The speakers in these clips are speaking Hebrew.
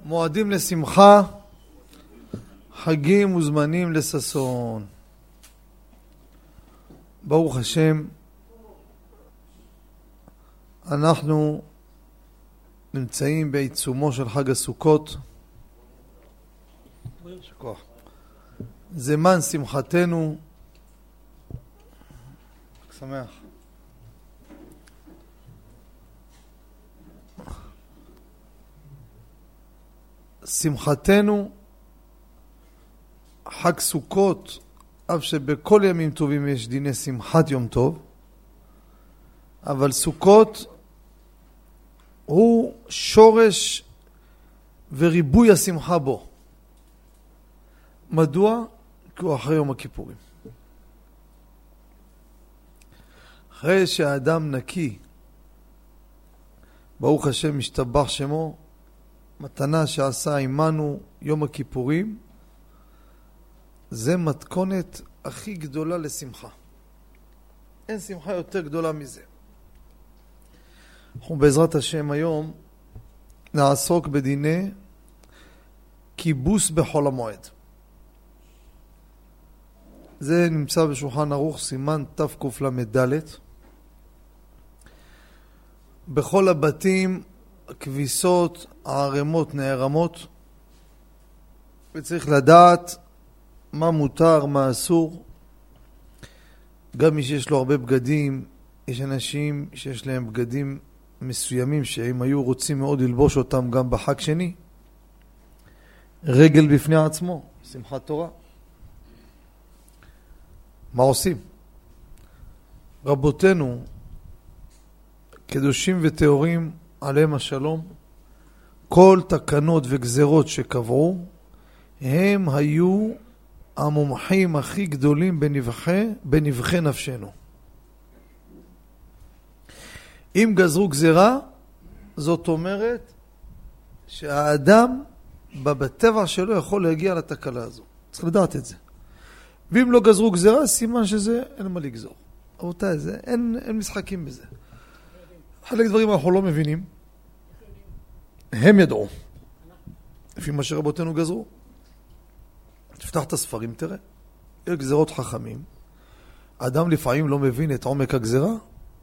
מועדים לשמחה, חגים וזמנים לששון. ברוך השם, אנחנו נמצאים בעיצומו של חג הסוכות. זמן שמחתנו. שמח. שמחתנו, חג סוכות, אף שבכל ימים טובים יש דיני שמחת יום טוב, אבל סוכות הוא שורש וריבוי השמחה בו. מדוע? כי הוא אחרי יום הכיפורים. אחרי שהאדם נקי, ברוך השם משתבח שמו, מתנה שעשה עמנו יום הכיפורים, זה מתכונת הכי גדולה לשמחה. אין שמחה יותר גדולה מזה. אנחנו בעזרת השם היום נעסוק בדיני כיבוס בחול המועד. זה נמצא בשולחן ערוך סימן תקל"ד. בכל הבתים הכביסות, הערמות נערמות, וצריך לדעת מה מותר, מה אסור. גם מי שיש לו הרבה בגדים, יש אנשים שיש להם בגדים מסוימים שהם היו רוצים מאוד ללבוש אותם גם בחג שני. רגל בפני עצמו, שמחת תורה. מה עושים? רבותינו, קדושים וטהורים עליהם השלום, כל תקנות וגזרות שקבעו, הם היו המומחים הכי גדולים בנבחי נפשנו. אם גזרו גזרה, זאת אומרת שהאדם בטבע שלו יכול להגיע לתקלה הזו. צריך לדעת את זה. ואם לא גזרו גזרה, סימן שזה אין מה לגזור. רבותיי, אין משחקים בזה. חלק דברים אנחנו לא מבינים. הם ידעו. לפי מה שרבותינו גזרו. תפתח את הספרים, תראה. יש גזרות חכמים. האדם לפעמים לא מבין את עומק הגזרה.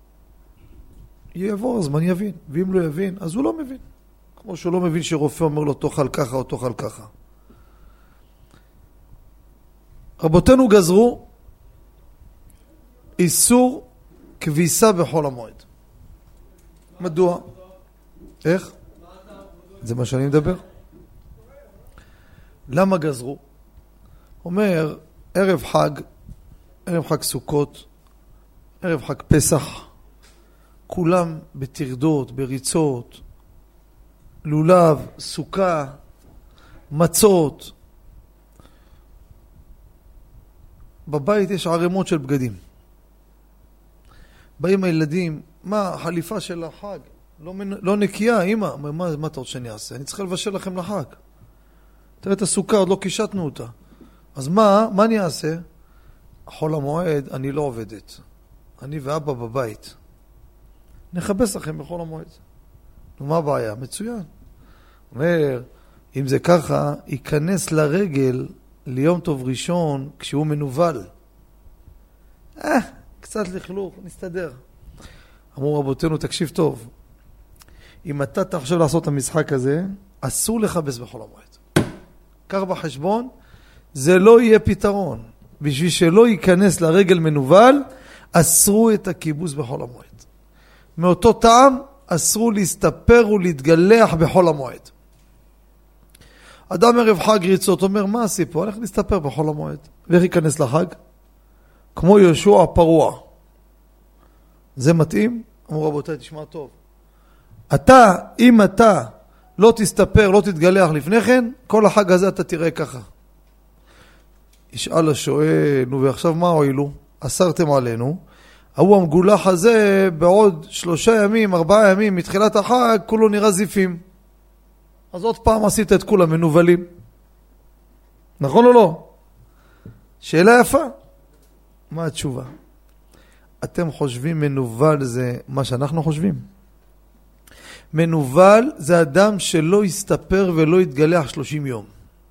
יעבור הזמן יבין. ואם לא יבין, אז הוא לא מבין. כמו שהוא לא מבין שרופא אומר לו תאכל ככה או תאכל ככה. רבותינו גזרו איסור כביסה בחול המועד. מדוע? איך? זה מה שאני מדבר. למה גזרו? אומר, ערב חג סוכות, ערב חג פסח, כולם בתרדות, בריצות, לולב, סוכה, מצות. בבית יש ערימות של בגדים. באים הילדים, מה, החליפה של החג? לא נקייה, אמא. מה אתה רוצה שאני אעשה? אני צריך לבשל לכם לחג. תראה את הסוכה, עוד לא קישתנו אותה. אז מה אני אעשה? חול המועד, אני לא עובדת. אני ואבא בבית. נחבס לכם בחול המועד. מה הבעיה? מצוין. אומר, אם זה ככה, ייכנס לרגל ליום טוב ראשון כשהוא מנובל. קצת לכלוך, נסתדר. אמרו רבותינו, תקשיב טוב. אם אתה תחשב לעשות את המשחק הזה, אסור לחבס בחול המועד. קח בחשבון, זה לא יהיה פתרון. בשביל שלא ייכנס לרגל מנובל, אסרו את הכיבוס בחול המועד. מאותו טעם, אסרו להסתפר ולהתגלח בחול המועד. אדם ערב חג ריצות, אומר, מה הסיפור? הולך להסתפר בחול המועד. ואיך ייכנס לחג? כמו יהושע פרוע. זה מתאים? אמרו רבותיי, תשמע טוב. אם אתה לא תסתפר, לא תתגלח לפני כן, כל החג הזה אתה תראה ככה. ישאל השואל, נו ועכשיו מה הועילו? אסרתם עלינו. הוא המגולח הזה בעוד 3 ימים, 4 ימים, מתחילת החג, כולו נראה זיפים. אז עוד פעם עשית את כולם מנובלים. נכון או לא? שאלה יפה. מה התשובה? אתם חושבים מנובל זה מה שאנחנו חושבים? מנוול זה אדם שלא יסתפר ולא יתגלח 30 יום.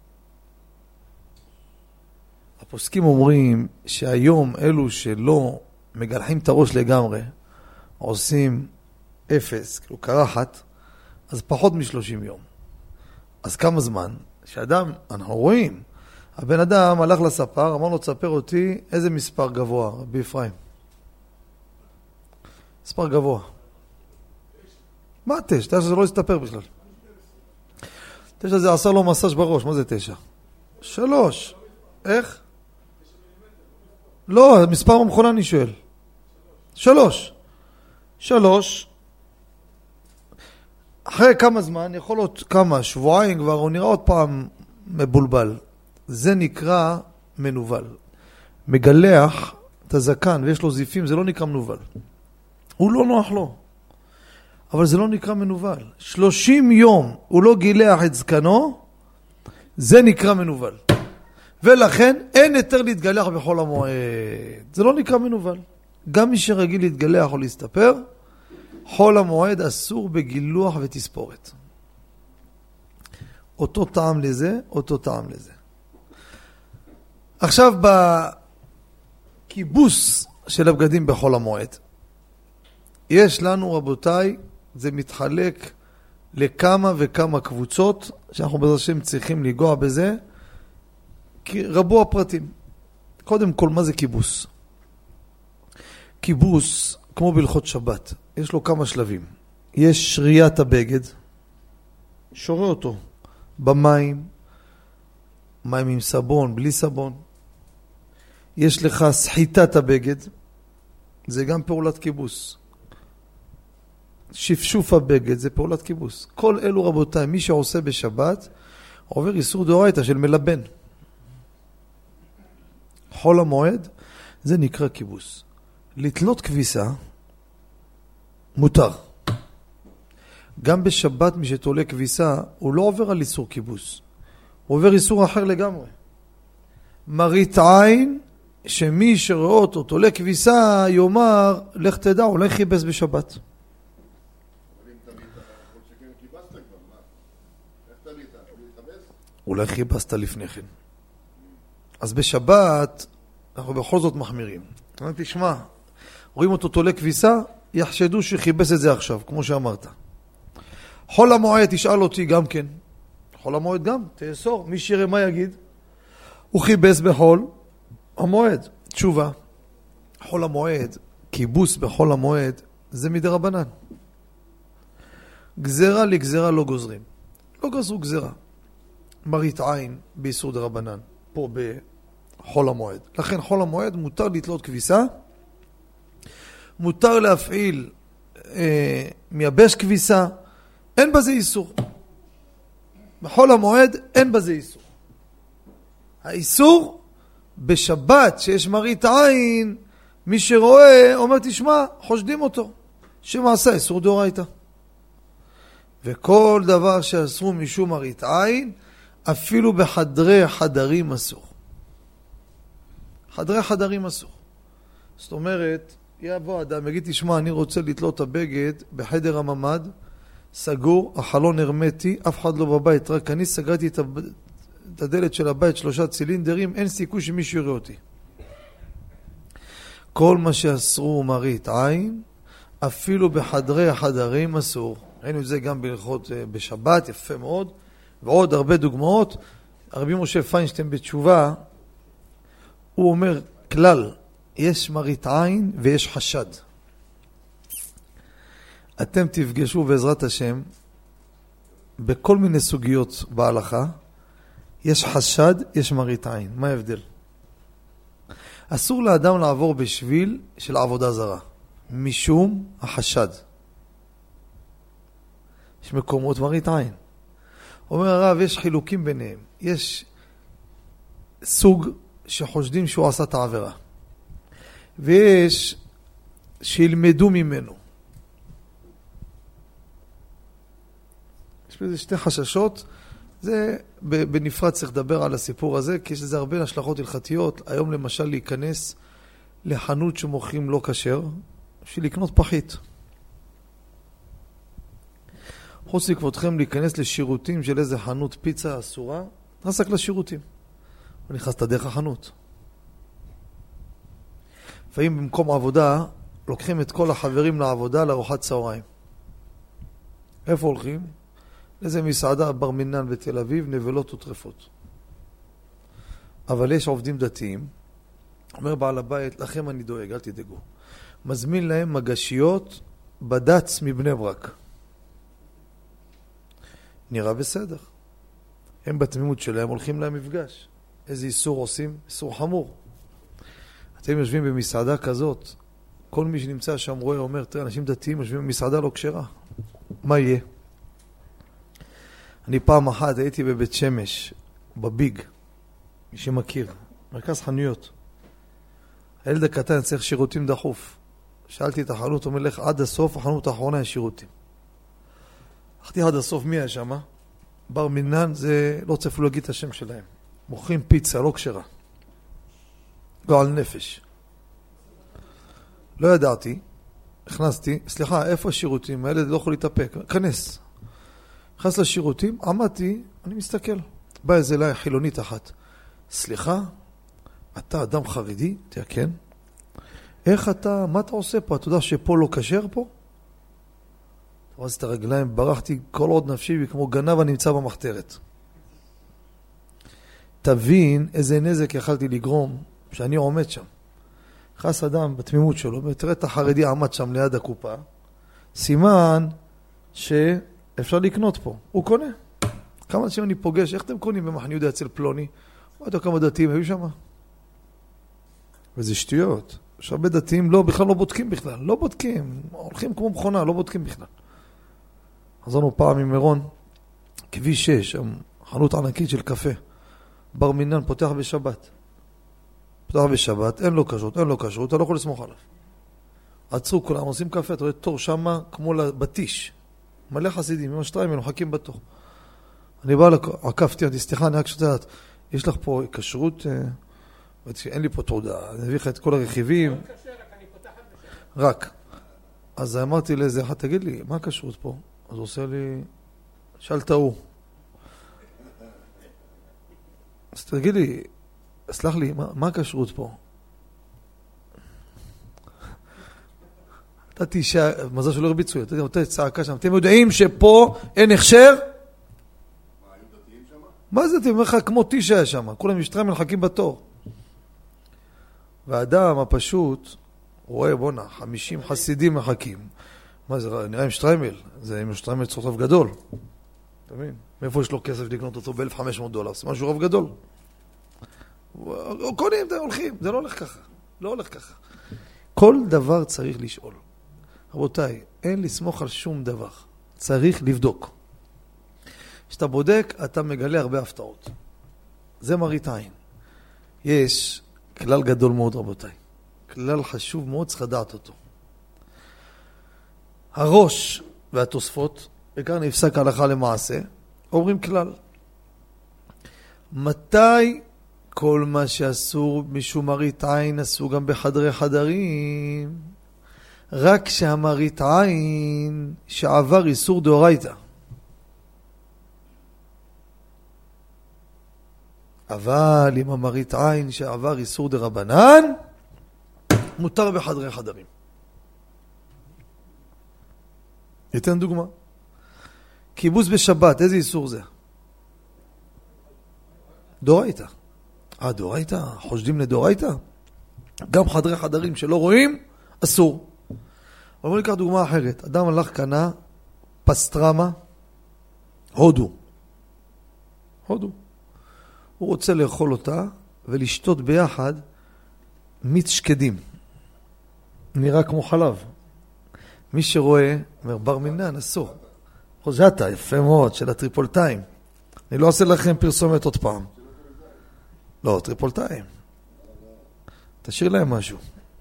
הפוסקים אומרים שהיום אלו שלא מגלחים את הראש לגמרי, עושים 0, כאילו קרחת, אז פחות מ-30 יום. אז כמה זמן? שאדם, אנחנו רואים, הבן אדם הלך לספר, אמר לו, תספר אותי איזה מספר גבוה, רבי אפרים. מספר גבוה. מה 9? 9 זה לא יסתפר בכלל. 9 זה עשה לו מסאז' בראש, מה זה 9? 3. איך? לא, מספר במכונה אני שואל. 3. אחרי כמה זמן, יכול להיות כמה, שבועיים כבר, הוא נראה עוד פעם מבולבל. זה נקרא מנוול. מגלח את הזקן ויש לו זיפים, זה לא נקרא מנוול. הוא לא נוח לו. אבל זה לא נקרא מנוול. 30 יום הוא לא גילח את זקנו, זה נקרא מנוול. ולכן אין יותר להתגלח בכל המועד. זה לא נקרא מנוול. גם מי שרגיל להתגלח או להסתפר, חול המועד אסור בגילוח ותספורת. אותו טעם לזה, אותו טעם לזה. עכשיו בכיבוס של הבגדים בחול המועד. יש לנו רבותיי, זה מתחלק לכמה וכמה קבוצות, שאנחנו בעזרת צריכים לגוע בזה, כי רבו הפרטים. קודם כל, מה זה כיבוס? כיבוס, כמו בהלכות שבת, יש לו כמה שלבים. יש שריית הבגד, שורה אותו במים, מים עם סבון, בלי סבון. יש לך סחיטת הבגד, זה גם פעולת כיבוס. שפשוף הבגד, זה פעולת כיבוס. כל אלו רבותיי, מי שעושה בשבת, עובר איסור דאורייתא של מלבן. חול המועד, זה נקרא כיבוס. לתלות כביסה, מותר. גם בשבת מי שתולה כביסה, הוא לא עובר על איסור כיבוס. הוא עובר איסור אחר לגמרי. מרית עין, שמי שרואה אותו תולה כביסה, יאמר, לך תדע, אולי חיבס בשבת. אולי חיבסת לפני כן. אז בשבת, אנחנו בכל זאת מחמירים. תשמע, רואים אותו תולה כביסה, יחשדו שחיבס את זה עכשיו, כמו שאמרת. חול המועד, תשאל אותי גם כן. חול המועד גם, תאסור. מי שיראה מה יגיד? הוא חיבס בחול המועד. תשובה, חול המועד, כיבוס בחול המועד, זה מדרבנן. גזרה לגזרה לא גוזרים. לא גזרו גזרה. מרית עין באיסור דרבנן, פה בחול המועד. לכן חול המועד מותר לתלות כביסה, מותר להפעיל מייבש כביסה, אין בזה איסור. בחול המועד אין בזה איסור. האיסור בשבת שיש מרית עין, מי שרואה אומר תשמע, חושדים אותו, שמעשה איסור דאורייתא. וכל דבר שאסרו משום מרית עין, אפילו בחדרי חדרים אסור. חדרי חדרים אסור. זאת אומרת, יבוא אדם, יגיד תשמע, אני רוצה לתלות את הבגד בחדר הממד, סגור, החלון הרמטי, אף אחד לא בבית, רק אני סגרתי את הדלת של הבית, 3 צילינדרים, אין סיכוי שמישהו יראה אותי. כל מה שאסרו מרית עין, אפילו בחדרי החדרים אסור. ראינו את זה גם בהלכות בשבת, יפה מאוד, ועוד הרבה דוגמאות. רבי משה פיינשטיין בתשובה, הוא אומר כלל, יש מרית עין ויש חשד. אתם תפגשו בעזרת השם בכל מיני סוגיות בהלכה, יש חשד, יש מרית עין. מה ההבדל? אסור לאדם לעבור בשביל של עבודה זרה, משום החשד. יש מקומות מרית עין. אומר הרב, יש חילוקים ביניהם. יש סוג שחושדים שהוא עשה את העבירה. ויש שילמדו ממנו. יש בזה שתי חששות. זה בנפרד צריך לדבר על הסיפור הזה, כי יש לזה הרבה השלכות הלכתיות. היום למשל להיכנס לחנות שמוכרים לא כשר, בשביל לקנות פחית. חוץ לכבודכם להיכנס לשירותים של איזה חנות פיצה אסורה, נכנס רק לשירותים. ונכנסת דרך החנות. לפעמים במקום עבודה, לוקחים את כל החברים לעבודה לארוחת צהריים. איפה הולכים? איזה מסעדה בר מינן בתל אביב, נבלות וטרפות. אבל יש עובדים דתיים, אומר בעל הבית, לכם אני דואג, אל תדאגו. מזמין להם מגשיות בדץ מבני ברק. נראה בסדר. הם בתמימות שלהם הולכים להם מפגש. איזה איסור עושים? איסור חמור. אתם יושבים במסעדה כזאת, כל מי שנמצא שם רואה, אומר, תראה, אנשים דתיים יושבים במסעדה לא כשרה. מה יהיה? אני פעם אחת הייתי בבית שמש, בביג, מי שמכיר, מרכז חנויות. הילד הקטן צריך שירותים דחוף. שאלתי את החנות, אומר לך, עד הסוף, החנות האחרונה יש שירותים. הלכתי עד הסוף, מי היה שם? בר מינן, זה לא צריך להגיד את השם שלהם. מוכרים פיצה, לא כשרה. גועל נפש. לא ידעתי, הכנסתי, סליחה, איפה השירותים? הילד לא יכול להתאפק, כנס. נכנס לשירותים, עמדתי, אני מסתכל. בא איזה אליי חילונית אחת. סליחה, אתה אדם חרדי? תראה, כן. איך אתה, מה אתה עושה פה? אתה יודע שפה לא כשר פה? תראה, את הרגליים, ברחתי כל עוד נפשי, וכמו גנב אני נמצא במחתרת. תבין איזה נזק יכלתי לגרום שאני עומד שם. חס אדם בתמימות שלו, ותראה את החרדי עמד שם ליד הקופה, סימן שאפשר לקנות פה. הוא קונה. כמה אנשים אני פוגש, איך אתם קונים במחנה יהודה אצל פלוני? מה יודע כמה דתיים היו שם? וזה שטויות. יש הרבה דתיים בכלל לא בודקים בכלל. לא בודקים. הולכים כמו מכונה, לא בודקים בכלל. חזרנו פעם עם מירון, כביש 6, חנות ענקית של קפה. בר מינן פותח בשבת. פותח בשבת, אין לו כשרות, אתה לא יכול לסמוך עליו. עצרו כולם, עושים קפה, אתה רואה תור שמה כמו לבטיש. מלא חסידים, עם השטריים, הם מחכים בתור. אני בא עקפתי, אני סליחה, אני רק שותעת, יש לך פה כשרות, אין לי פה תעודה, אני אביא לך את כל הרכיבים. רק. אז אמרתי לאיזה אחד, תגיד לי, מה הכשרות פה? אז הוא עושה לי, שאלת הוא. אז תגיד לי, סלח לי, מה הכשרות פה? אתה תישה, מזל שלא הרביצו, אתה יודע, אותה צעקה שם. אתם יודעים שפה אין הכשר? מה, היו דתיים שם? מה זה, אתם אומר לך, כמו תישה שם. כולם משטריים מחכים בתור. והאדם הפשוט, רואה, בונה, 50 חסידים מחכים. מה זה, נראה עם שטריימל. זה עם שטריימל צריך רב גדול. אתה מבין? מאיפה יש לו כסף לקנות אותו $1,500? זה משהו רב גדול. קונים, הולכים. זה לא הולך ככה. לא הולך ככה. כל דבר צריך לשאול. רבותיי, אין לסמוך על שום דבר. צריך לבדוק. כשאתה בודק, אתה מגלה הרבה הפתעות. זה מראית עין. יש כלל גדול מאוד, רבותיי. כלל חשוב מאוד, צריך לדעת אותו. הראש והתוספות, בעיקר נפסק הלכה למעשה, אומרים כלל. מתי כל מה שאסור משום מראית עין אסור גם בחדרי חדרים? רק שהמראית עין שעבר איסור דאורייתא. אבל אם המראית עין שעבר איסור דרבנן, מותר בחדרי חדרים. ניתן דוגמה. קיבוץ בשבת, איזה איסור זה? דאורייתא. דאורייתא? חושדים לדאורייתא? גם חדרי חדרים שלא רואים, אסור. אבל בואו ניקח דוגמה אחרת. אדם הלך קנה פסטרמה, הודו. הוא רוצה לאכול אותה ולשתות ביחד מיץ שקדים. נראה כמו חלב. מי שרואה, אומר, בר מינן, אסור. רוז'טה, יפה מאוד, של הטריפולטאים. אני לא אעשה לכם פרסומת עוד פעם. לא, טריפולטאים. תשאיר להם משהו.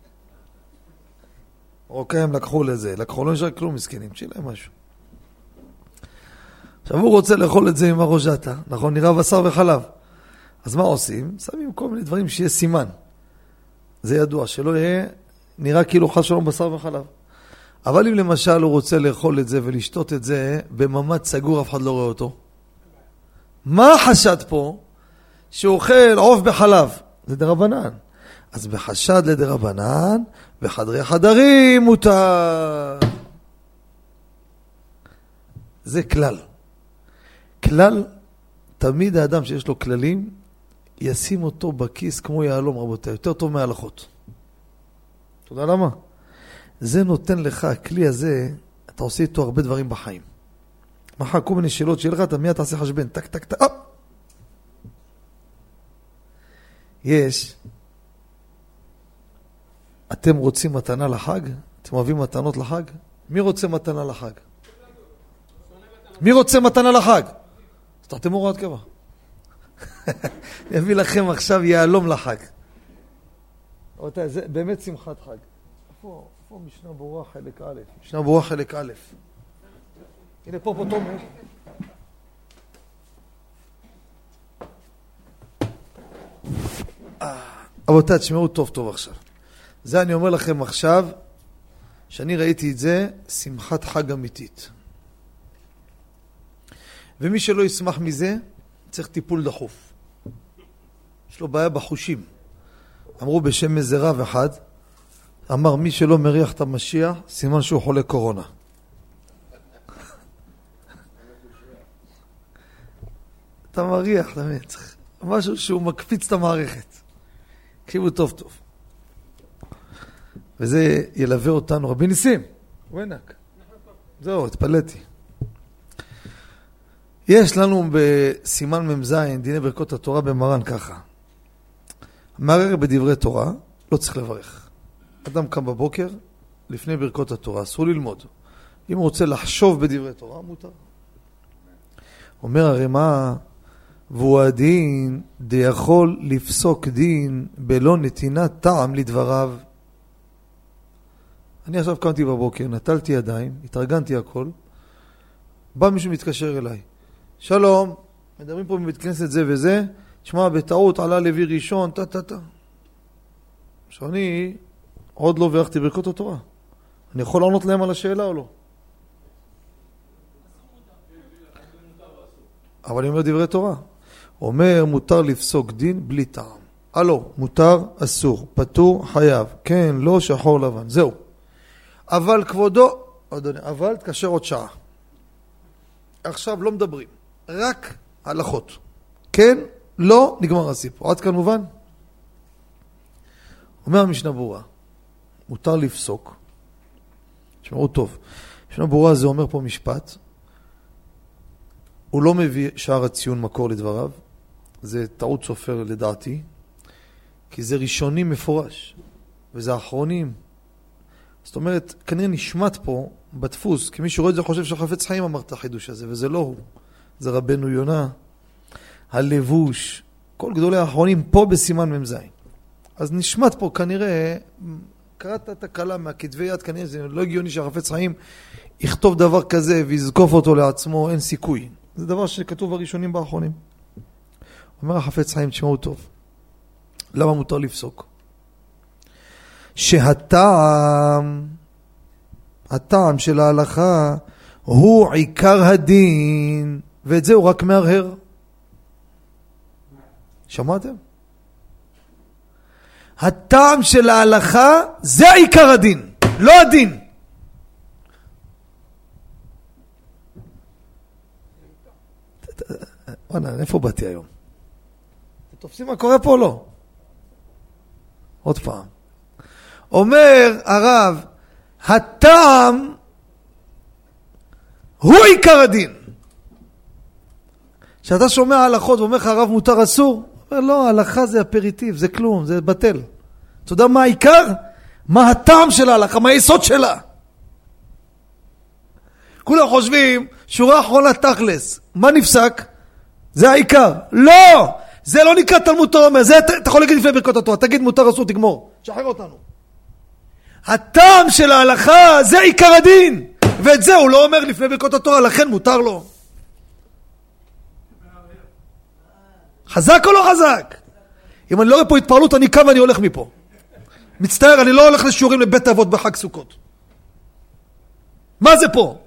אוקיי, הם לקחו לזה. לקחו, לא נשאר כלום מסכנים. תשאיר להם משהו. עכשיו הוא רוצה לאכול את זה עם הרוז'טה. נכון, נראה בשר וחלב. אז מה עושים? שמים כל מיני דברים שיהיה סימן. זה ידוע, שלא יהיה, נראה כאילו חס שלום בשר וחלב. אבל אם למשל הוא רוצה לאכול את זה ולשתות את זה, בממד סגור אף אחד לא רואה אותו. מה החשד פה? שהוא אוכל עוף בחלב. זה דרבנן. אז בחשד לדרבנן, בחדרי חדרים מותר. זה כלל. כלל, תמיד האדם שיש לו כללים, ישים אותו בכיס כמו יעלום רבותיי, יותר טוב מההלכות. אתה יודע למה? זה נותן לך, הכלי הזה, אתה עושה איתו הרבה דברים בחיים. מחר כל מיני שאלות שיהיה לך, אתה מיד תעשה חשבן, טק טק טק, יש, אתם רוצים מתנה לחג? אתם אוהבים מתנות לחג? מי רוצה מתנה לחג? מי רוצה מתנה לחג? אז תחתמו הוראת קבע. אני אביא לכם עכשיו יעלום לחג. זה באמת שמחת חג. איפה משנה ברורה חלק א'? משנה ברורה חלק א'. הנה פה תומר. רבותיי, תשמעו טוב טוב עכשיו. זה אני אומר לכם עכשיו, שאני ראיתי את זה, שמחת חג אמיתית. ומי שלא ישמח מזה, צריך טיפול דחוף. יש לו בעיה בחושים. אמרו בשם איזה רב אחד, אמר מי שלא מריח את המשיח, סימן שהוא חולה קורונה. אתה מריח, אתה מבין, צריך משהו שהוא מקפיץ את המערכת. תקשיבו טוב טוב. וזה ילווה אותנו. רבי ניסים, הוא ענק. זהו, התפלאתי. יש לנו בסימן ממזין, דיני ברכות התורה במרן ככה. מערער בדברי תורה, לא צריך לברך. אדם קם בבוקר, לפני ברכות התורה, אסור ללמוד. אם הוא רוצה לחשוב בדברי תורה, מותר. אומר הרמ"א, והוא הדין יכול לפסוק דין בלא נתינת טעם לדבריו. אני עכשיו קמתי בבוקר, נטלתי ידיים, התארגנתי הכל, בא מישהו מתקשר אליי. שלום, מדברים פה בבית כנסת זה וזה, תשמע, בטעות עלה לוי ראשון, טה. שאני עוד לא בירכתי ברכות התורה. אני יכול לענות להם על השאלה או לא? אבל אני אומר דברי תורה. אומר, מותר לפסוק דין בלי טעם. הלו, מותר, אסור, פטור, חייב. כן, לא, שחור לבן. זהו. אבל כבודו, אדוני, אבל תקשר עוד שעה. עכשיו לא מדברים. רק הלכות. כן, לא, נגמר הסיפור. עד כאן מובן? אומר המשנה ברורה, מותר לפסוק. שמעו טוב. המשנה ברורה זה אומר פה משפט. הוא לא מביא שער הציון מקור לדבריו. זה טעות סופר לדעתי. כי זה ראשונים מפורש. וזה האחרונים. זאת אומרת, כנראה נשמט פה בדפוס. כי מי שרואה את זה חושב שחפץ חיים אמר את החידוש הזה. וזה לא הוא. זה רבנו יונה. הלבוש. כל גדולי האחרונים פה בסימן ממזין. אז נשמט פה כנראה, קראת את הקלה מהכתבי יד, כנראה זה לא הגיוני שהחפץ חיים יכתוב דבר כזה ויזקוף אותו לעצמו, אין סיכוי. זה דבר שכתוב בראשונים באחרונים. אומר החפץ חיים, תשמעו טוב. למה מותר לפסוק? שהטעם של ההלכה הוא עיקר הדין, ואת זה הוא רק מהרהר. שמעתם? הטעם של ההלכה זה עיקר הדין, לא הדין. איפה באתי היום? אתם תופסים מה קורה פה או לא? עוד פעם. אומר הרב, הטעם הוא עיקר הדין. כשאתה שומע הלכות ואומר לך הרב מותר אסור, אומר לא, ההלכה זה אפריטיב, זה כלום, זה בטל. אתה יודע מה העיקר? מה הטעם של ההלכה, מה היסוד שלה? כולם חושבים, שורה אחרונה תכלס, מה נפסק? זה העיקר. לא! זה לא נקרא תלמוד תורה, זה אתה יכול להגיד לפני ברכות התורה, תגיד מותר אסור, תגמור, שחרר אותנו. הטעם של ההלכה זה עיקר הדין, ואת זה הוא לא אומר לפני ברכות התורה, לכן מותר לו. חזק או לא חזק? אם אני לא רואה פה התפעלות, אני קם ואני הולך מפה. מצטער, אני לא הולך לשיעורים לבית אבות בחג סוכות. מה זה פה?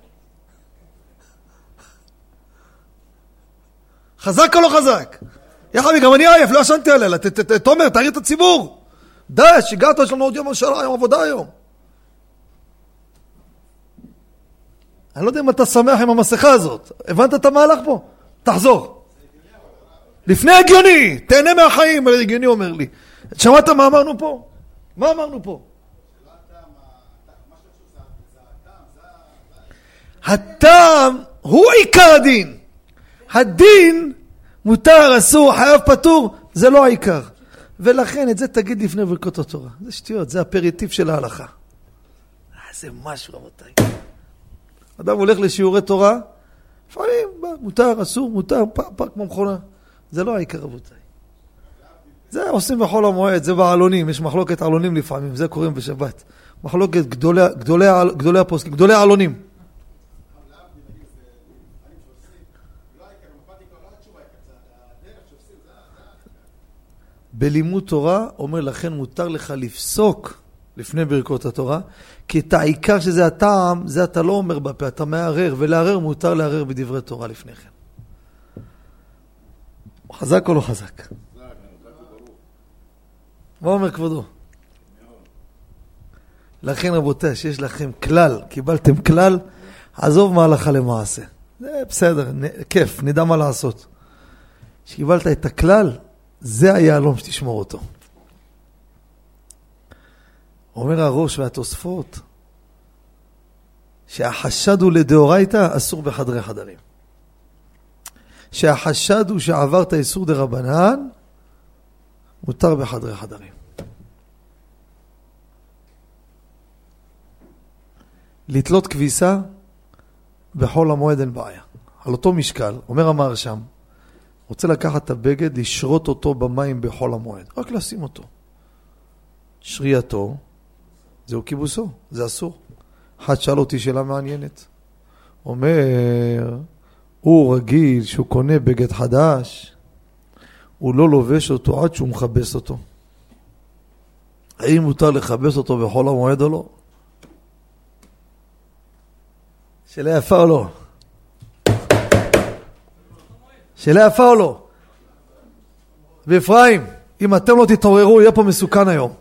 חזק או לא חזק? יא חבי, גם אני עייף, לא ישנתי עליה. תומר, תעיר את הציבור. די, שיגעת, יש לנו עוד יום עבודה היום. אני לא יודע אם אתה שמח עם המסכה הזאת. הבנת את המהלך פה? תחזור. לפני הגיוני, תהנה מהחיים. הגיוני אומר לי. שמעת מה אמרנו פה? מה אמרנו פה? הטעם הוא עיקר הדין. הדין מותר, אסור, חייב, פטור, זה לא העיקר. ולכן את זה תגיד לפני ברכות התורה. זה שטויות, זה הפריטיב של ההלכה. זה משהו, רבותיי. אדם הולך לשיעורי תורה, לפעמים מותר, אסור, מותר, כמו מכונה. זה לא העיקר, רבותיי. זה עושים בחול המועד, זה בעלונים, יש מחלוקת עלונים לפעמים, זה קוראים בשבת. מחלוקת גדולי הפוסקים, גדולי העלונים. בלימוד תורה אומר לכן מותר לך לפסוק לפני ברכות התורה, כי את העיקר שזה הטעם, זה אתה לא אומר בפה, אתה מערער, ולערער מותר לערער בדברי תורה לפני כן. חזק או לא חזק? מה אומר כבודו? לכן רבותיי, שיש לכם כלל, קיבלתם כלל, עזוב מה הלכה למעשה. זה בסדר, כיף, נדע מה לעשות. שקיבלת את הכלל, זה היעלום שתשמור אותו. אומר הראש והתוספות, שהחשד הוא לדאורייתא, אסור בחדרי חדרים. שהחשד הוא שעברת איסור דרבנן, מותר בחדרי חדרים. לתלות כביסה, בחול המועד אין בעיה. על אותו משקל, אומר המהרש"ם, רוצה לקחת את הבגד, לשרות אותו במים בחול המועד. רק לשים אותו. שרייתו, זהו כיבוסו, זה אסור. אחד שאל אותי שאלה מעניינת. אומר, הוא רגיל שהוא קונה בגד חדש, הוא לא לובש אותו עד שהוא מחבס אותו. האם מותר לחבס אותו בחול המועד או לא? שאלה יפה או לא? שאלה יפה או לא? ואפרים, אם אתם לא תתעוררו, יהיה פה מסוכן היום.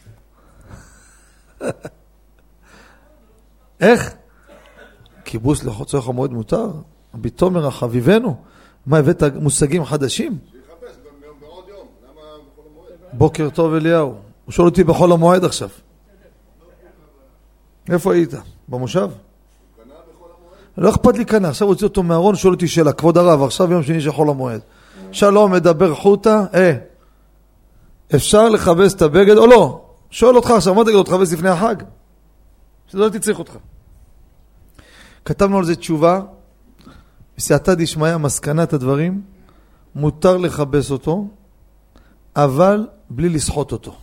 איך? כיבוס לצורך המועד מותר? בתומר החביבנו, מה הבאת מושגים חדשים? שיחפש בעוד יום, למה בכל המועד? בוקר טוב אליהו, הוא שואל אותי בכל המועד עכשיו. איפה היית? במושב? לא אכפת לי כאן, עכשיו הוציא אותו מהארון, שואל אותי שאלה, כבוד הרב, עכשיו יום שני של חול המועד. שלום, מדבר חוטה, אפשר לחבס את הבגד או לא? שואל אותך עכשיו, מה תגיד לו, תחבס לפני החג? שזה לא תצריך אותך. כתבנו על זה תשובה, בסייעתא דשמיא, מסקנת הדברים, מותר לחבס אותו, אבל בלי לסחוט אותו.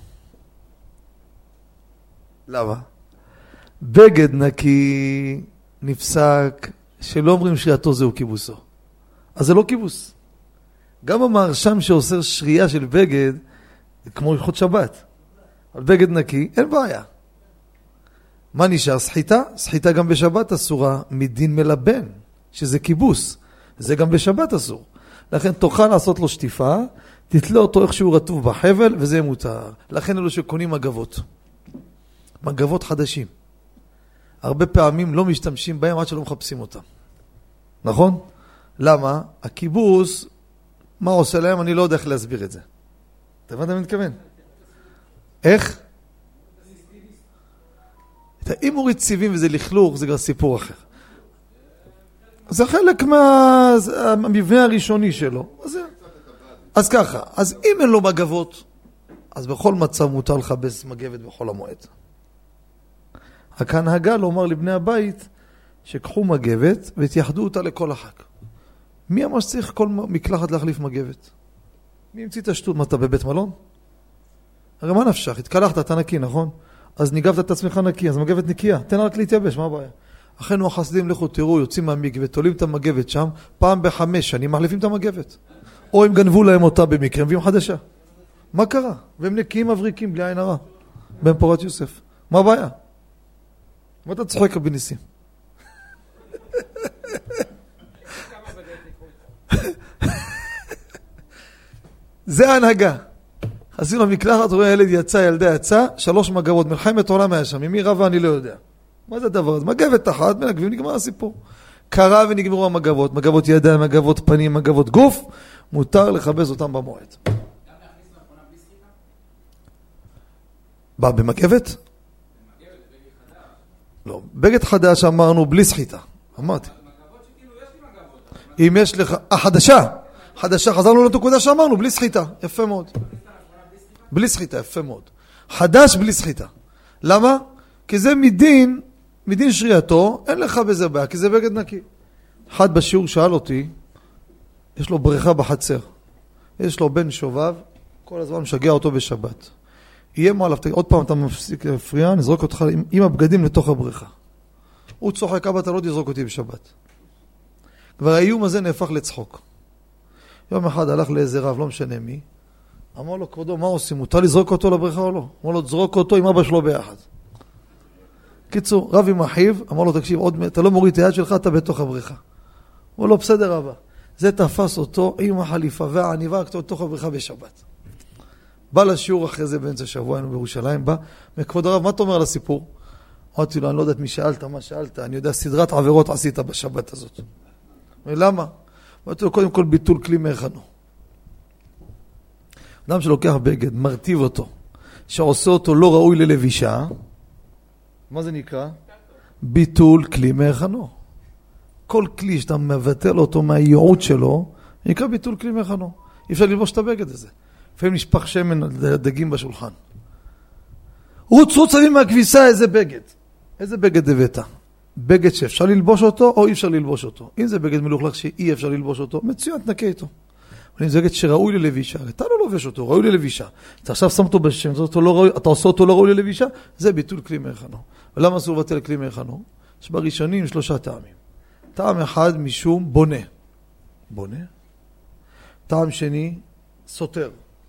למה? בגד נקי נפסק, שלא אומרים שרייתו זהו כיבוסו. אז זה לא כיבוס. גם המהרש"ם שאוסר שרייה של בגד, כמו הלכות שבת. על בגד נקי, אין בעיה. מה נשאר? סחיטה? סחיטה גם בשבת אסורה, מדין מלבן, שזה כיבוס. זה גם בשבת אסור. לכן תוכל לעשות לו שטיפה, תתלה אותו איך שהוא רטוב בחבל, וזה מותר. לכן אלו שקונים מגבות. מגבות חדשים. הרבה פעמים לא משתמשים בהם עד שלא מחפשים אותם. נכון? למה? הכיבוס, מה עושה להם? אני לא יודע איך להסביר את זה. אתה הבנת מה אני מתכוון? איך? אם הוא רציבים וזה לכלוך, זה כבר סיפור אחר. זה חלק מהמבנה הראשוני שלו. אז ככה, אז אם אין לו מגבות, אז בכל מצב מותר לחבס מגבת בכל המועד. הכהנהגה לומר לבני הבית שקחו מגבת ותייחדו אותה לכל החג. מי אמר שצריך כל מקלחת להחליף מגבת? מי המציא את השטות? מה, אתה בבית מלון? הרי מה נפשך? התקלחת, אתה נקי, נכון? אז ניגבת את עצמך נקי, אז מגבת נקייה. תן רק להתייבש, מה הבעיה? אחינו החסדים לכו, תראו, יוצאים מהמגבת, תולים את המגבת שם, פעם ב5 שנים מחליפים את המגבת. או אם גנבו להם אותה במקרה, מביאים חדשה. מה קרה? והם נקיים מבריקים בלי עין הרע. בן פורת יוסף. מה הבעיה? מה אתה צוחק בניסים? זה ההנהגה. עשינו מקלחת, רואה ילד יצא, ילדה יצא, 3 מגבות, מלחמת עולם היה שם, ממי רבה אני לא יודע. מה זה הדבר הזה? מגבת אחת, מנגבים, נגמר הסיפור. קרה ונגמרו המגבות, מגבות ידיים, מגבות פנים, מגבות גוף, מותר לחבס אותם במועד. גם להכניס מכונה בלי סחיטה? במגבת? במגבת, בגד חדש. לא, בגד חדש אמרנו בלי סחיטה. אמרתי. מגבות שכאילו יש לי מגבות. אם יש לך, חדשה, חזרנו לנקודה שאמרנו, בלי סחיטה, יפה מאוד. בלי סחיטה, יפה מאוד. חדש בלי סחיטה. למה? כי זה מדין שריעתו, אין לך בזה בעיה, כי זה בגד נקי. אחד בשיעור שאל אותי, יש לו בריכה בחצר. יש לו בן שובב, כל הזמן משגע אותו בשבת. יהיה מה עליו, עוד פעם אתה מפסיק להפריע, נזרוק אותך עם הבגדים לתוך הבריכה. הוא צוחק, אבא אתה לא תזרוק אותי בשבת. כבר האיום הזה נהפך לצחוק. יום אחד הלך לאיזה רב, לא משנה מי, אמר לו, כבודו, מה עושים? מותר לזרוק אותו לבריכה או לא? אמר לו, תזרוק אותו עם אבא שלו ביחד. קיצור, רב עם אחיו, אמר לו, תקשיב, אתה לא מוריד את היד שלך, אתה בתוך הבריכה. אמר לו, בסדר אבא. זה תפס אותו עם החליפה והעניבה בתוך הבריכה בשבת. בא לשיעור אחרי זה באמצע שבוע, היינו בירושלים, בא, מכבוד הרב, מה אתה אומר על הסיפור? אמרתי לו, אני לא יודעת מי שאלת, מה שאלת, אני יודע, סדרת עבירות עשית בשבת הזאת. ולמה? אמרתי לו, קודם כל ביטול כלי מהיכנו. אדם שלוקח בגד, מרטיב אותו, שעושה אותו לא ראוי ללבישה, מה זה נקרא? ביטול כלי מהיכנו. כל כלי שאתה מבטל אותו מהייעוד שלו, נקרא ביטול כלי מהיכנו. אי אפשר ללבוש את הבגד הזה. לפעמים נשפך שמן על דגים בשולחן. רוצו צבים מהכביסה, איזה בגד? איזה בגד הבאת? בגד שאפשר ללבוש אותו או אי אפשר ללבוש אותו? אם זה בגד מלוכלך שאי אפשר ללבוש אותו, מצוין, תנקה איתו. אבל אם זה בגד שראוי ללבישה, אתה לא לובש אותו, ראוי ללבישה. אתה עכשיו שם אותו בשם, אתה עושה אותו לא ראוי ללבישה, זה ביטול כלי מהיכנו. ולמה אסור לבטל כלי מהיכנו? יש בראשונים 3 טעמים. טעם אחד משום בונה. בונה. טעם שני, סותר.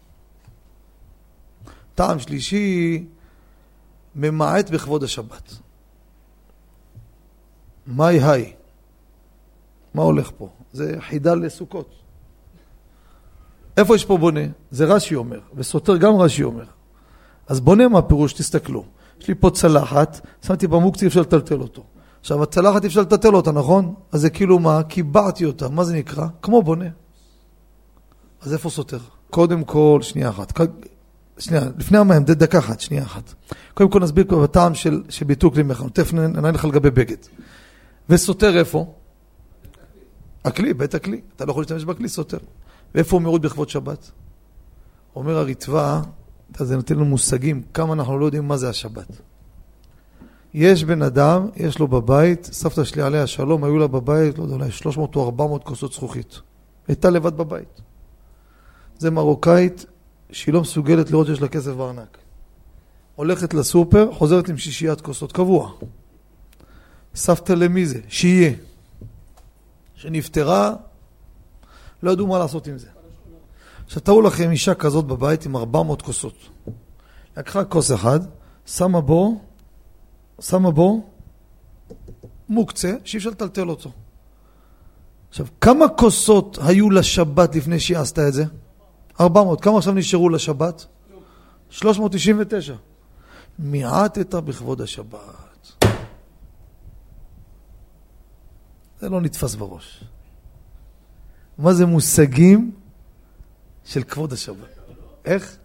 טעם שלישי, ממעט בכבוד השבת. מהי היי? מה הולך פה? זה חידה לסוכות. איפה יש פה בונה? זה רש"י אומר, וסותר גם רש"י אומר. אז בונה מה פירוש? תסתכלו. יש לי פה צלחת, שמתי במוקצי, אפשר לטלטל אותו. עכשיו, הצלחת אפשר לטלטל אותה, נכון? אז זה כאילו מה? קיבעתי אותה. מה זה נקרא? כמו בונה. אז איפה סותר? קודם כל, שנייה אחת. לפני המים, דקה אחת, שנייה אחת. קודם כל נסביר כבר בטעם של ביטול כלי מהיכנו. תכף נענה לך לגבי בגד. וסותר איפה? הכלי, בית הכלי. אתה לא יכול להשתמש בכלי, סותר. ואיפה הוא מוריד בכבוד שבת? אומר הריטב"א, זה נותן לנו מושגים, כמה אנחנו לא יודעים מה זה השבת. יש בן אדם, יש לו בבית, סבתא שלי עליה שלום, היו לה בבית, לא יודע, אולי 300 או 400 כוסות זכוכית. הייתה לבד בבית. זה מרוקאית שהיא לא מסוגלת לראות שיש לה כסף בארנק. הולכת לסופר, חוזרת עם 6 כוסות, קבוע. סבתא למי זה? שיהיה. שנפטרה, לא ידעו מה לעשות עם זה. שתראו לכם אישה כזאת בבית עם 400 כוסות. לקחה כוס אחד, שמה בו מוקצה, שאי אפשר לטלטל אותו. עכשיו, כמה כוסות היו לשבת לפני שהיא עשתה את זה? 400. כמה עכשיו נשארו לשבת? 399. מעטת בכבוד השבת. זה לא נתפס בראש. מה זה מושגים של כבוד השבת? איך?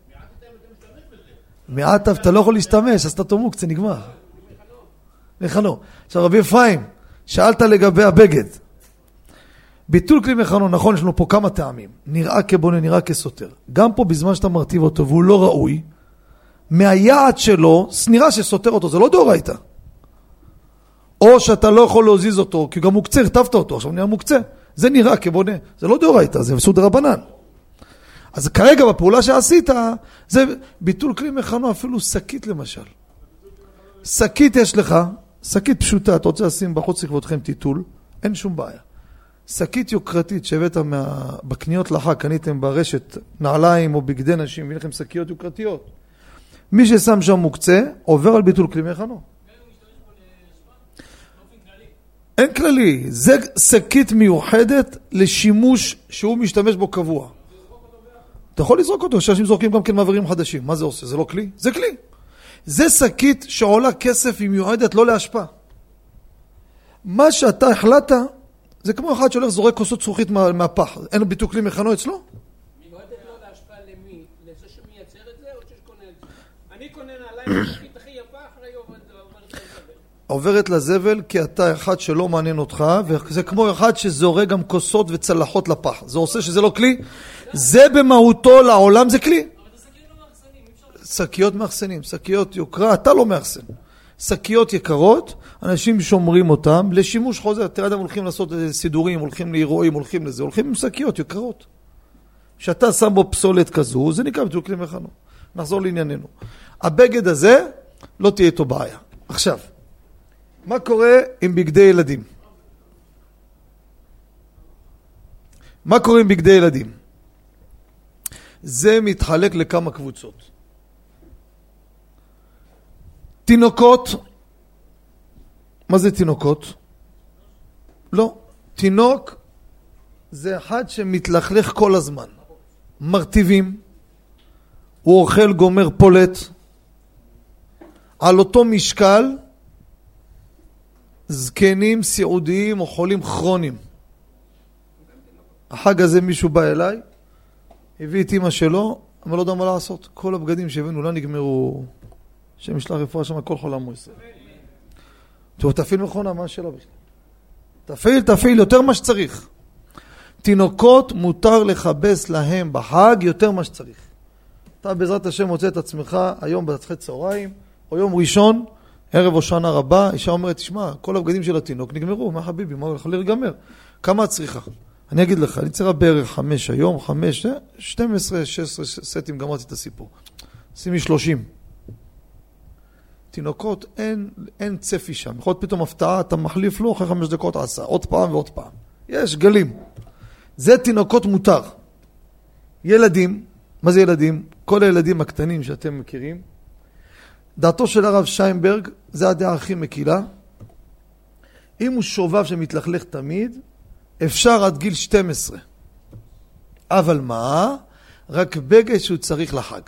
מעטת, אתה לא יכול להשתמש, אז אתה תומוק, זה נגמר. מכנו. עכשיו רבי אפרים, שאלת לגבי הבגד. ביטול כלי מכנו, נכון, יש לנו פה כמה טעמים. נראה כבונה, נראה כסותר. גם פה בזמן שאתה מרטיב אותו והוא לא ראוי, מהיעד שלו, נראה שסותר אותו, זה לא דאורייתא. או שאתה לא יכול להזיז אותו, כי גם מוקצה, הרטבת אותו, עכשיו נראה מוקצה. זה נראה כבונה, זה לא דאורייתא, זה מסעוד רבנן. אז כרגע בפעולה שעשית, זה ביטול כלי מכנו, אפילו שקית למשל. שקית יש לך, שקית פשוטה, אתה רוצה לשים בחוץ לכבודכם טיטול, אין שום בעיה. שקית יוקרתית שהבאת בקניות לחג, קניתם ברשת נעליים או בגדי נשים, מביא לכם שקיות יוקרתיות. מי ששם שם מוקצה, עובר על ביטול כלי מכנו. אין כללי, זה שקית מיוחדת לשימוש שהוא משתמש בו קבוע. אתה יכול לזרוק אותו, שאנשים זורקים גם כן מעברים חדשים. מה זה עושה? זה לא כלי? זה כלי. זה שקית שעולה כסף היא מיועדת לא להשפעה. מה שאתה החלטת, זה כמו אחד שהולך זורק כוסות זכוכית מהפח. אין לו ביטוי כלי מכנו אצלו? מיועדת לא להשפעה למי? לזה שמייצר את זה או שקונה את זה? אני קונה נעליים זכוכית הכי יפה, אחרי עוברת לזבל. עוברת לזבל כי אתה אחד שלא מעניין אותך, וזה כמו אחד שזורק גם כוסות וצלחות לפח. זה עושה שזה לא כלי? זה במהותו לעולם זה כלי. שקיות מאחסנים, שקיות יוקרה, אתה לא מאחסן. שקיות יקרות, אנשים שומרים אותם לשימוש חוזר. תראה, אדם הולכים לעשות סידורים, הולכים לאירועים, הולכים לזה, הולכים עם שקיות יקרות. שאתה שם בו פסולת כזו, זה נקרא ביטוי כלי מכנו. נחזור לענייננו. הבגד הזה, לא תהיה איתו בעיה. עכשיו, מה קורה עם בגדי ילדים? מה קורה עם בגדי ילדים? זה מתחלק לכמה קבוצות. תינוקות, מה זה תינוקות? לא, תינוק זה אחד שמתלכלך כל הזמן. מרטיבים, הוא אוכל גומר פולט, על אותו משקל, זקנים סיעודיים או חולים כרוניים. החג הזה מישהו בא אליי, הביא את אמא שלו, אבל לא יודע מה לעשות. כל הבגדים שהבאנו לא נגמרו, שמשלח רפואה שם כל חול עמו ישראל. תפעיל מכונה, מה השאלה בכלל? תפעיל יותר מה שצריך. תינוקות מותר לחבס להם בחג יותר מה שצריך. אתה בעזרת השם מוצא את עצמך היום בתחילת צהריים, או יום ראשון, ערב הושענא רבה, אישה אומרת, תשמע, כל הבגדים של התינוק נגמרו, מה חביבי, מה הולך להיגמר? כמה את צריכה? אני אגיד לך, אני צריכה בערך 5 היום, 5, 12, 16 סטים, גמרתי את הסיפור. שימי 30. תינוקות, אין צפי שם. יכול להיות פתאום הפתעה, אתה מחליף לו, אחרי 5 דקות עשה, עוד פעם ועוד פעם. יש גלים. זה תינוקות מותר. ילדים, מה זה ילדים? כל הילדים הקטנים שאתם מכירים. דעתו של הרב שיינברג, זה הדעה הכי מקילה. אם הוא שובב שמתלכלך תמיד, אפשר עד גיל 12. אבל מה? רק בגד שהוא צריך לחג.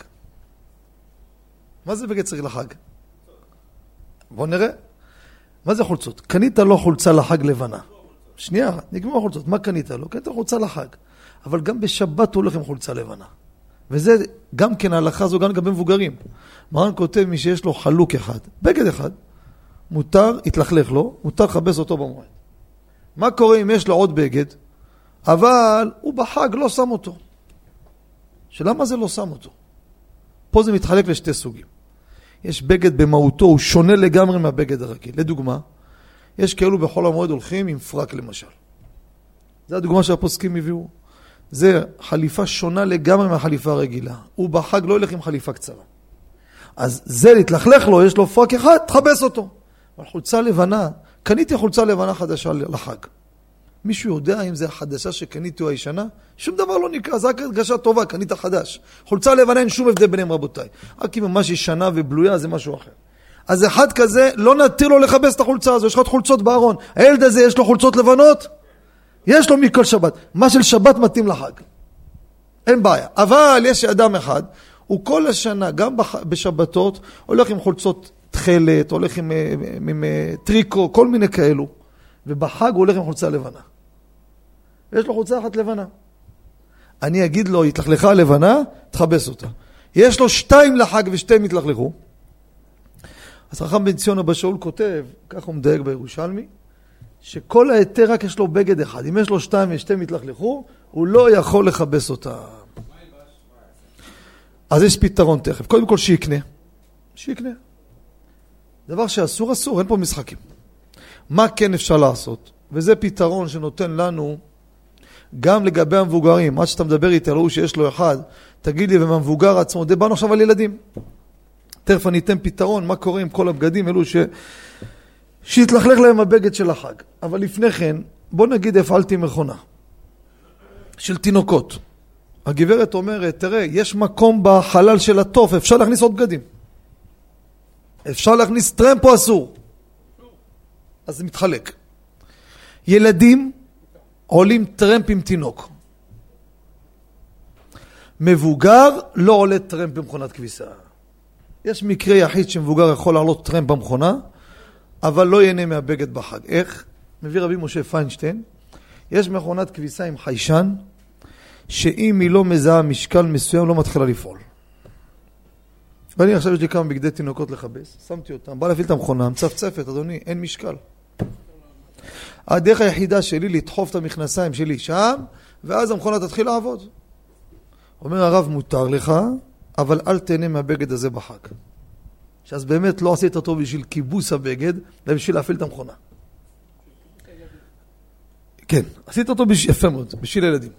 מה זה בגד צריך לחג? בוא נראה. מה זה חולצות? קנית לו חולצה לחג לבנה. שנייה, נגמרו החולצות. מה קנית לו? קנית חולצה לחג. אבל גם בשבת הוא הולך עם חולצה לבנה. וזה גם כן ההלכה זו גם לגבי מבוגרים. מרן כותב מי שיש לו חלוק אחד, בגד אחד, מותר, יתלכלך לו, מותר לחבס אותו במועד. מה קורה אם יש לו עוד בגד, אבל הוא בחג לא שם אותו? שלמה זה לא שם אותו? פה זה מתחלק לשתי סוגים. יש בגד במהותו, הוא שונה לגמרי מהבגד הרגיל. לדוגמה, יש כאלו בכל המועד הולכים עם פרק למשל. זה הדוגמה שהפוסקים הביאו. זה חליפה שונה לגמרי מהחליפה הרגילה. הוא בחג לא ילך עם חליפה קצרה. אז זה להתלכלך לו, יש לו פרק אחד, תחבס אותו. אבל חולצה לבנה, קניתי חולצה לבנה חדשה לחג. מישהו יודע אם זה החדשה שקניתי או הישנה? שום דבר לא נקרא, זה רק הרגשה טובה, קנית חדש. חולצה לבנה אין שום הבדל ביניהם רבותיי. רק אם ממש ישנה ובלויה זה משהו אחר. אז אחד כזה, לא נתיר לו לחבס את החולצה הזו, יש לך חולצות בארון. הילד הזה יש לו חולצות לבנות? יש לו מכל שבת. מה של שבת מתאים לחג. אין בעיה. אבל יש אדם אחד, הוא כל השנה, גם בשבתות, הולך עם חולצות תחלת, הולך עם טריקו, כל מיני כאלו. ובחג הוא הולך עם חולצה לבנה. יש לו חולצה אחת לבנה. אני אגיד לו, התלכלכה לבנה, תחבס אותה. יש לו 2 לחג ו2 התלכלכו. אז חכם בן ציון אבא שאול כותב, כך הוא מדייק בירושלמי, שכל היתר רק יש לו בגד אחד. אם יש לו 2 ו2 מתלכלכו, הוא לא יכול לחבס אותה. אז יש פתרון תכף. קודם כל שיקנה. שיקנה. דבר שאסור, אסור, אין פה משחקים. מה כן אפשר לעשות? וזה פתרון שנותן לנו גם לגבי המבוגרים. עד שאתה מדבר איתי, ראו שיש לו אחד, תגיד לי, ומהמבוגר עצמו, דיברנו עכשיו על ילדים. תכף אני אתן פתרון, מה קורה עם כל הבגדים, אלו שיתלכלך להם הבגד של החג. אבל לפני כן, בוא נגיד, הפעלתי מכונה של תינוקות. הגברת אומרת, תראה, יש מקום בחלל של התוף, אפשר להכניס עוד בגדים. אפשר להכניס טרמפ או אסור. אז זה מתחלק. ילדים עולים טרמפ עם תינוק. מבוגר לא עולה טרמפ במכונת כביסה. יש מקרה יחיד שמבוגר יכול לעלות טרמפ במכונה, אבל לא ייהנה מהבגד בחג. איך? מביא רבי משה פיינשטיין, יש מכונת כביסה עם חיישן, שאם היא לא מזהה משקל מסוים, לא מתחילה לפעול. ואני עכשיו יש לי כמה בגדי תינוקות לחבס, שמתי אותם, בא להפעיל את המכונה, מצפצפת, אדוני, אין משקל. הדרך היחידה שלי לדחוף את המכנסיים שלי שם, ואז המכונה תתחיל לעבוד. אומר הרב, מותר לך, אבל אל תהנה מהבגד הזה בחג. שאז באמת לא עשית אותו בשביל כיבוס הבגד, אלא בשביל להפעיל את המכונה. כן, עשית אותו יפה מאוד, בשביל ילדים.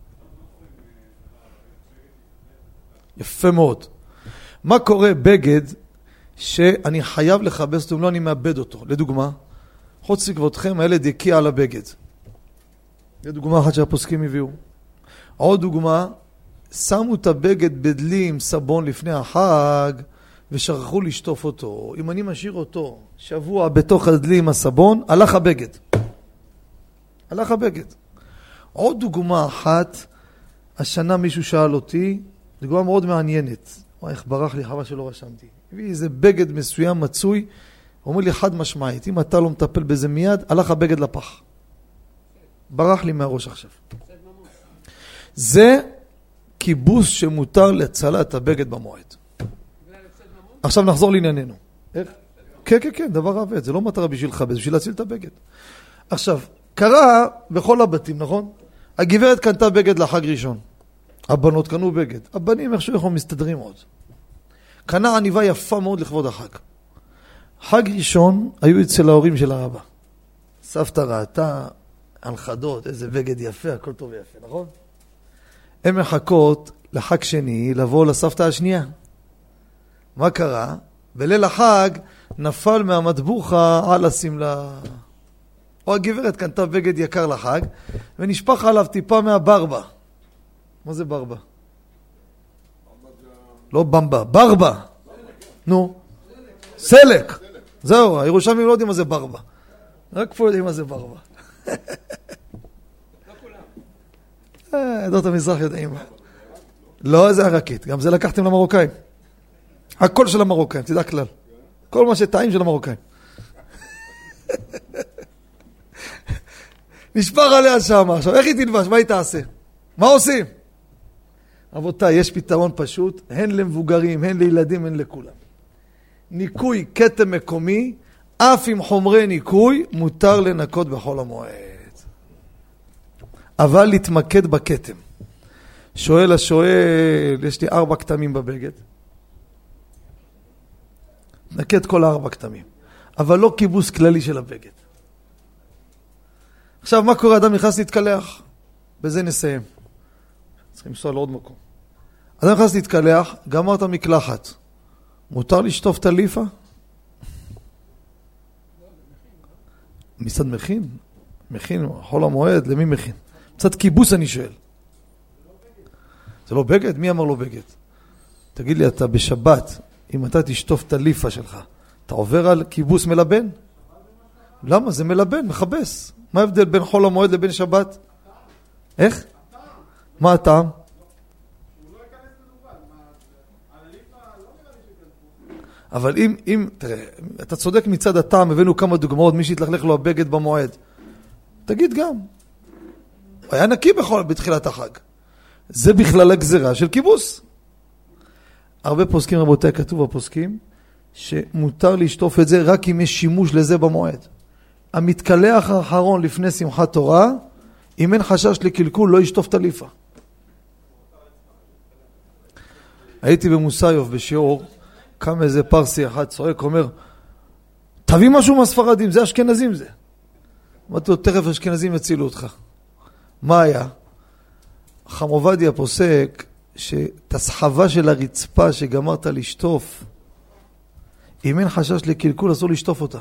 יפה מאוד. מה קורה בגד שאני חייב לחבס אותו, אם לא אני מאבד אותו? לדוגמה, חוץ לכבודכם, הילד יקיע על הבגד. זו דוגמה אחת שהפוסקים הביאו. עוד דוגמה, שמו את הבגד בדלי עם סבון לפני החג, ושכחו לשטוף אותו. אם אני משאיר אותו שבוע בתוך הדלי עם הסבון, הלך הבגד. הלך הבגד. עוד דוגמה אחת, השנה מישהו שאל אותי, דוגמה מאוד מעניינת. איך ברח לי, חבל שלא רשמתי. הביא איזה בגד מסוים מצוי, הוא אומר לי חד משמעית, אם אתה לא מטפל בזה מיד, הלך הבגד לפח. ברח לי מהראש עכשיו. זה כיבוס שמותר לצלת הבגד במועד. עכשיו נחזור לענייננו. איך? כן, כן, כן, דבר עבד. זה לא מטרה בשביל חבס, בשביל להציל את הבגד. עכשיו, קרה בכל הבתים, נכון? הגברת קנתה בגד לחג ראשון. הבנות קנו בגד. הבנים איכשהו יכולים מסתדרים עוד. קנה עניבה יפה מאוד לכבוד החג. חג ראשון היו אצל ההורים של האבא. סבתא ראתה, הנכדות, איזה בגד יפה, הכל טוב ויפה, נכון? הן מחכות לחג שני לבוא לסבתא השנייה. מה קרה? בליל החג נפל מהמטבוחה על הסמלה. או הגברת קנתה בגד יקר לחג, ונשפך עליו טיפה מהברבה. מה זה ברבה? לא במבה, ברבה. נו, סלק. זהו, הירושלמים לא יודעים מה זה ברבה. רק פה יודעים מה זה ברבה. עדות המזרח יודעים. לא, זה הרקית. גם זה לקחתם למרוקאים. הכל של המרוקאים, תדע כלל. כל מה שטעים של המרוקאים. נשפך עליה שם. עכשיו, איך היא תלבש? מה היא תעשה? מה עושים? רבותיי, יש פתרון פשוט, הן למבוגרים, הן לילדים, הן לכולם. ניקוי כתם מקומי, אף עם חומרי ניקוי, מותר לנקות בכל המועד. אבל להתמקד בכתם. שואל השואל, יש לי 4 כתמים בבגד. נקד כל 4 כתמים. אבל לא כיבוס כללי של הבגד. עכשיו, מה קורה? אדם נכנס להתקלח. בזה נסיים. צריכים לנסוע לעוד מקום. אדם נכנס להתקלח, גמר את המקלחת. מותר לשטוף את הליפה? מצד מכין? מכין, חול המועד, למי מכין? מצד כיבוס אני שואל. זה לא בגד? מי אמר לו בגד? תגיד לי, אתה בשבת, אם אתה תשטוף את הליפה שלך, אתה עובר על כיבוס מלבן? למה? זה מלבן, מחבס. מה ההבדל בין חול המועד לבין שבת? איך? מה הטעם? אבל אם, תראה, אתה צודק מצד הטעם, הבאנו כמה דוגמאות, מי שהתלכלך לו הבגד במועד. תגיד גם. היה נקי בתחילת החג. זה בכלל הגזרה של כיבוס. הרבה פוסקים, רבותיי, כתוב בפוסקים, שמותר לשטוף את זה רק אם יש שימוש לזה במועד. המתקלח האחרון לפני שמחת תורה, אם אין חשש לקלקול, לא ישטוף את הליפה. הייתי במוסיוב בשיעור, קם איזה פרסי אחד צועק, אומר, תביא משהו מהספרדים, זה אשכנזים זה. אמרתי לו, תכף אשכנזים יצילו אותך. מה היה? חם עובדיה פוסק, שאת הסחבה של הרצפה שגמרת לשטוף, אם אין חשש לקלקול, אסור לשטוף אותה.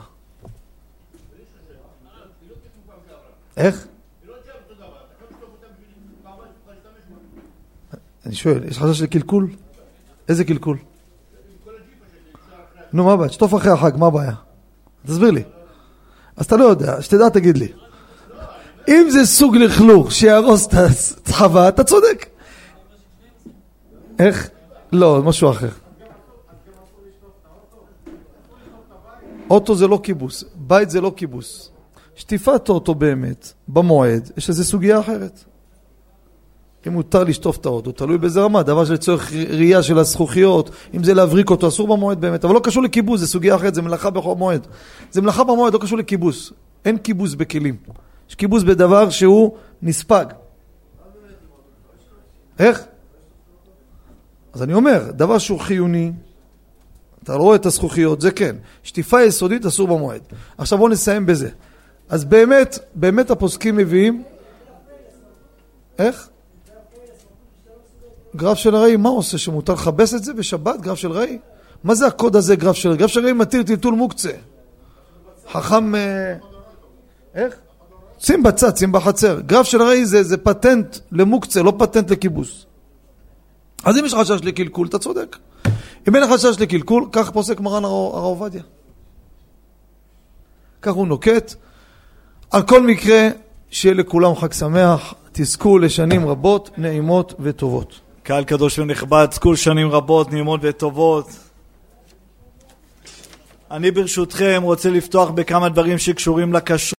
איך? אני שואל, יש חשש לקלקול? איזה קלקול? נו, מה הבעיה? שטוף אחרי החג, מה הבעיה? תסביר לי. אז אתה לא יודע, שתדע תגיד לי. אם זה סוג לכלוך שירוס את הסחבה, אתה צודק. איך? לא, משהו אחר. אוטו זה לא כיבוס, בית זה לא כיבוס. שטיפת אוטו באמת, במועד, יש איזו סוגיה אחרת. אם מותר לשטוף את האוטו, תלוי באיזה רמה, דבר שלצורך ראייה של הזכוכיות, אם זה להבריק אותו, אסור במועד באמת, אבל לא קשור לכיבוס, זה סוגיה אחרת, זה מלאכה במועד. זה מלאכה במועד, לא קשור לכיבוס. אין כיבוס בכלים. יש כיבוס בדבר שהוא נספג. איך? אז אני אומר, דבר שהוא חיוני, אתה לא רואה את הזכוכיות, זה כן. שטיפה יסודית אסור במועד. עכשיו בואו נסיים בזה. אז באמת הפוסקים מביאים... איך? גרף של ראי, מה עושה? שמותר לחבס את זה בשבת, גרף של ראי? מה זה הקוד הזה, גרף של ראי? גרף של ראי מתיר טלטול מוקצה. חכם... איך? שים בצד, שים בחצר. גרף של ראי זה פטנט למוקצה, לא פטנט לכיבוס. אז אם יש חשש לקלקול, אתה צודק. אם אין חשש לקלקול, כך פוסק מרן הרב עובדיה. כך הוא נוקט. על כל מקרה, שיהיה לכולם חג שמח, תזכו לשנים רבות, נעימות וטובות. קהל קדוש ונכבד, תזכו לשנים רבות, נעימות וטובות. אני ברשותכם רוצה לפתוח בכמה דברים שקשורים לכשרות.